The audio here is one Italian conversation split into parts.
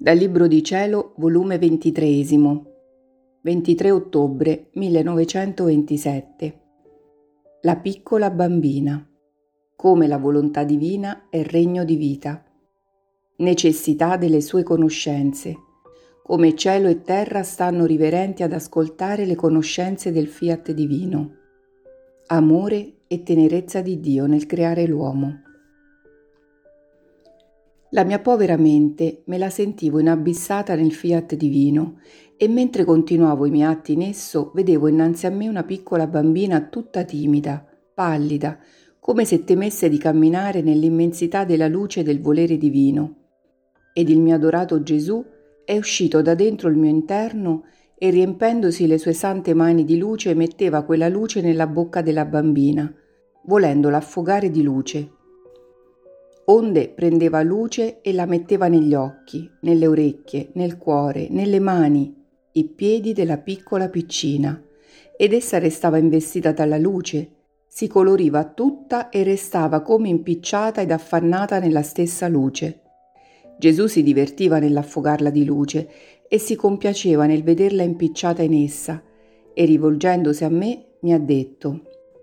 Dal Libro di Cielo, volume 23, 23 ottobre 1927. La piccola bambina. Come la volontà divina è regno di vita. Necessità delle sue conoscenze. Come cielo e terra stanno riverenti ad ascoltare le conoscenze del fiat divino. Amore e tenerezza di Dio nel creare l'uomo. La mia povera mente me la sentivo inabissata nel fiat divino e mentre continuavo i miei atti in esso vedevo innanzi a me una piccola bambina tutta timida, pallida, come se temesse di camminare nell'immensità della luce del volere divino. Ed il mio adorato Gesù è uscito da dentro il mio interno e riempendosi le sue sante mani di luce metteva quella luce nella bocca della bambina, volendola affogare di luce. Onde prendeva luce e la metteva negli occhi, nelle orecchie, nel cuore, nelle mani, i piedi della piccola piccina, ed essa restava investita dalla luce, si coloriva tutta e restava come impicciata ed affannata nella stessa luce. Gesù si divertiva nell'affogarla di luce e si compiaceva nel vederla impicciata in essa, e rivolgendosi a me mi ha detto: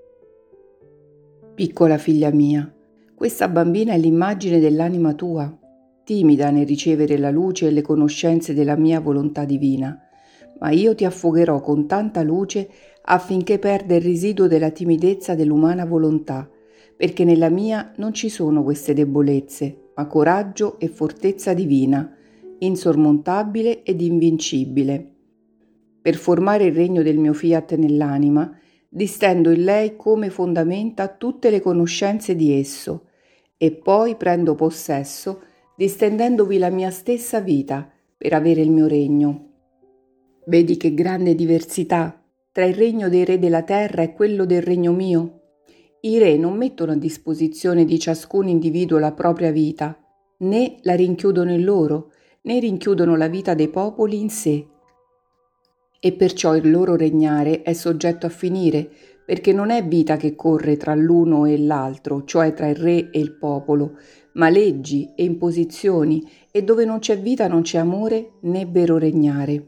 «Piccola figlia mia, questa bambina è l'immagine dell'anima tua, timida nel ricevere la luce e le conoscenze della mia volontà divina, ma io ti affogherò con tanta luce affinché perda il residuo della timidezza dell'umana volontà, perché nella mia non ci sono queste debolezze, ma coraggio e fortezza divina, insormontabile ed invincibile. Per formare il regno del mio fiat nell'anima, distendo in lei come fondamenta tutte le conoscenze di esso, e poi prendo possesso, distendendovi la mia stessa vita per avere il mio regno. Vedi che grande diversità tra il regno dei re della terra e quello del regno mio? I re non mettono a disposizione di ciascun individuo la propria vita, né la rinchiudono in loro, né rinchiudono la vita dei popoli in sé. E perciò il loro regnare è soggetto a finire, perché non è vita che corre tra l'uno e l'altro, cioè tra il re e il popolo, ma leggi e imposizioni, e dove non c'è vita non c'è amore né vero regnare.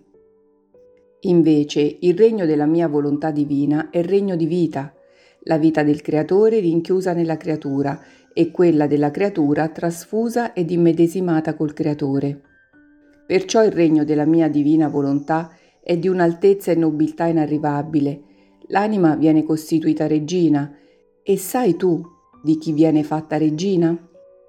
Invece il regno della mia volontà divina è regno di vita, la vita del creatore rinchiusa nella creatura e quella della creatura trasfusa ed immedesimata col creatore. Perciò il regno della mia divina volontà è di un'altezza e nobiltà inarrivabile. L'anima viene costituita regina, e sai tu di chi viene fatta regina?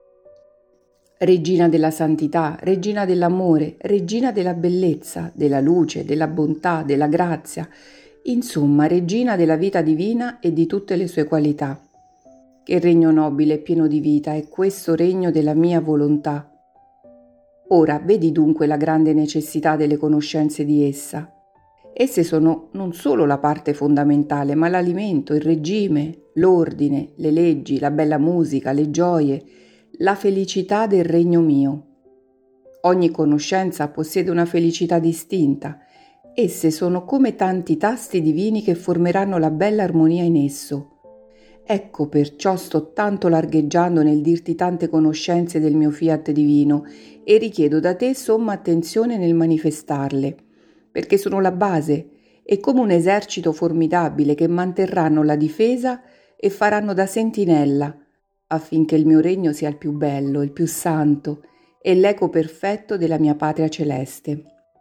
Regina della santità, regina dell'amore, regina della bellezza, della luce, della bontà, della grazia, insomma regina della vita divina e di tutte le sue qualità. Che regno nobile e pieno di vita è questo regno della mia volontà. Ora vedi dunque la grande necessità delle conoscenze di essa. Esse sono non solo la parte fondamentale, ma l'alimento, il regime, l'ordine, le leggi, la bella musica, le gioie, la felicità del regno mio. Ogni conoscenza possiede una felicità distinta. Esse sono come tanti tasti divini che formeranno la bella armonia in esso. Ecco perciò sto tanto largheggiando nel dirti tante conoscenze del mio fiat divino e richiedo da te somma attenzione nel manifestarle, perché sono la base e come un esercito formidabile che manterranno la difesa e faranno da sentinella, affinché il mio regno sia il più bello, il più santo e l'eco perfetto della mia patria celeste.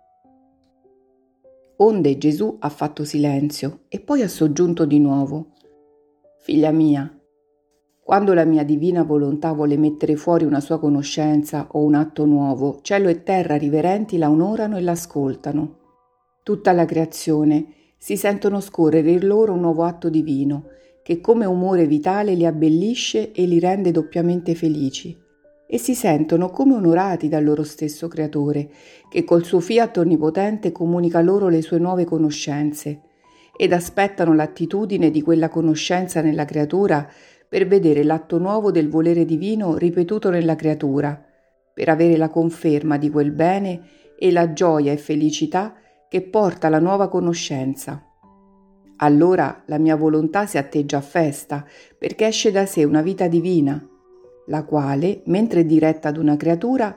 Onde Gesù ha fatto silenzio e poi ha soggiunto di nuovo: «Figlia mia, quando la mia divina volontà vuole mettere fuori una sua conoscenza o un atto nuovo, cielo e terra riverenti la onorano e l'ascoltano. Tutta la creazione si sentono scorrere in loro un nuovo atto divino, che come umore vitale li abbellisce e li rende doppiamente felici, e si sentono come onorati dal loro stesso Creatore, che col suo fiat onnipotente comunica loro le sue nuove conoscenze, ed aspettano l'attitudine di quella conoscenza nella creatura per vedere l'atto nuovo del volere divino ripetuto nella creatura, per avere la conferma di quel bene e la gioia e felicità che porta la nuova conoscenza. Allora la mia volontà si atteggia a festa, perché esce da sé una vita divina, la quale, mentre è diretta ad una creatura,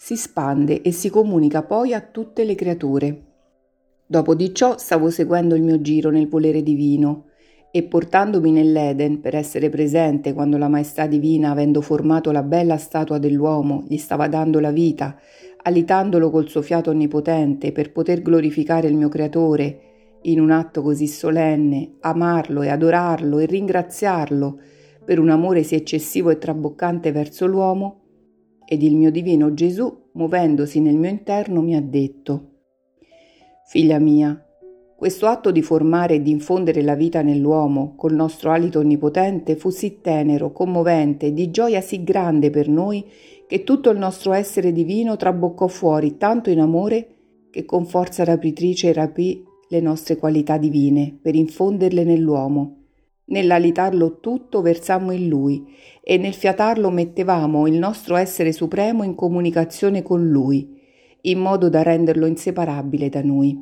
si spande e si comunica poi a tutte le creature. Dopo di ciò stavo seguendo il mio giro nel volere divino e portandomi nell'Eden per essere presente quando la Maestà Divina, avendo formato la bella statua dell'uomo, gli stava dando la vita, alitandolo col suo fiato onnipotente per poter glorificare il mio Creatore in un atto così solenne, amarlo e adorarlo e ringraziarlo per un amore sì eccessivo e traboccante verso l'uomo, ed il mio divino Gesù, muovendosi nel mio interno, mi ha detto: «Figlia mia, questo atto di formare e di infondere la vita nell'uomo col nostro alito onnipotente fu sì tenero, commovente e di gioia sì grande per noi che tutto il nostro essere divino traboccò fuori tanto in amore che con forza rapitrice rapì le nostre qualità divine per infonderle nell'uomo. Nell'alitarlo tutto versammo in lui e nel fiatarlo mettevamo il nostro essere supremo in comunicazione con lui, in modo da renderlo inseparabile da noi.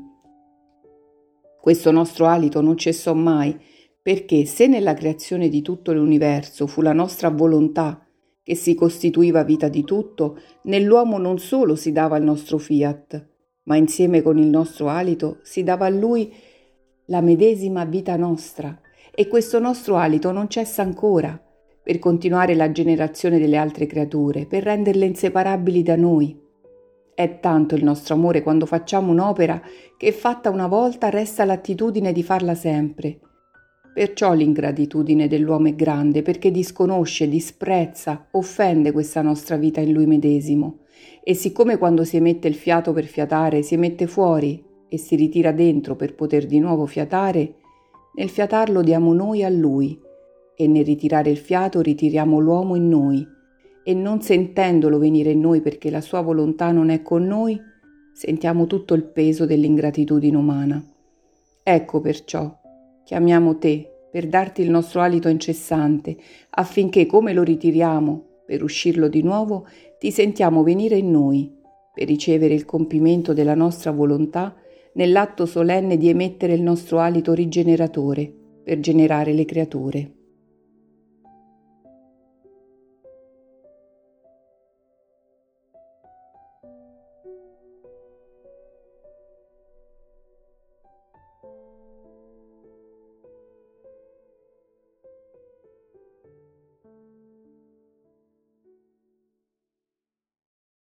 Questo nostro alito non cessò mai, perché se nella creazione di tutto l'universo fu la nostra volontà che si costituiva vita di tutto, nell'uomo non solo si dava il nostro fiat, ma insieme con il nostro alito si dava a lui la medesima vita nostra, e questo nostro alito non cessa ancora per continuare la generazione delle altre creature, per renderle inseparabili da noi. È tanto il nostro amore quando facciamo un'opera che fatta una volta resta l'attitudine di farla sempre. Perciò l'ingratitudine dell'uomo è grande, perché disconosce, disprezza, offende questa nostra vita in lui medesimo. E siccome quando si emette il fiato per fiatare si emette fuori e si ritira dentro per poter di nuovo fiatare, nel fiatarlo diamo noi a lui e nel ritirare il fiato ritiriamo l'uomo in noi, e non sentendolo venire in noi perché la sua volontà non è con noi, sentiamo tutto il peso dell'ingratitudine umana. Ecco perciò chiamiamo te per darti il nostro alito incessante, affinché come lo ritiriamo per uscirlo di nuovo, ti sentiamo venire in noi per ricevere il compimento della nostra volontà nell'atto solenne di emettere il nostro alito rigeneratore per generare le creature.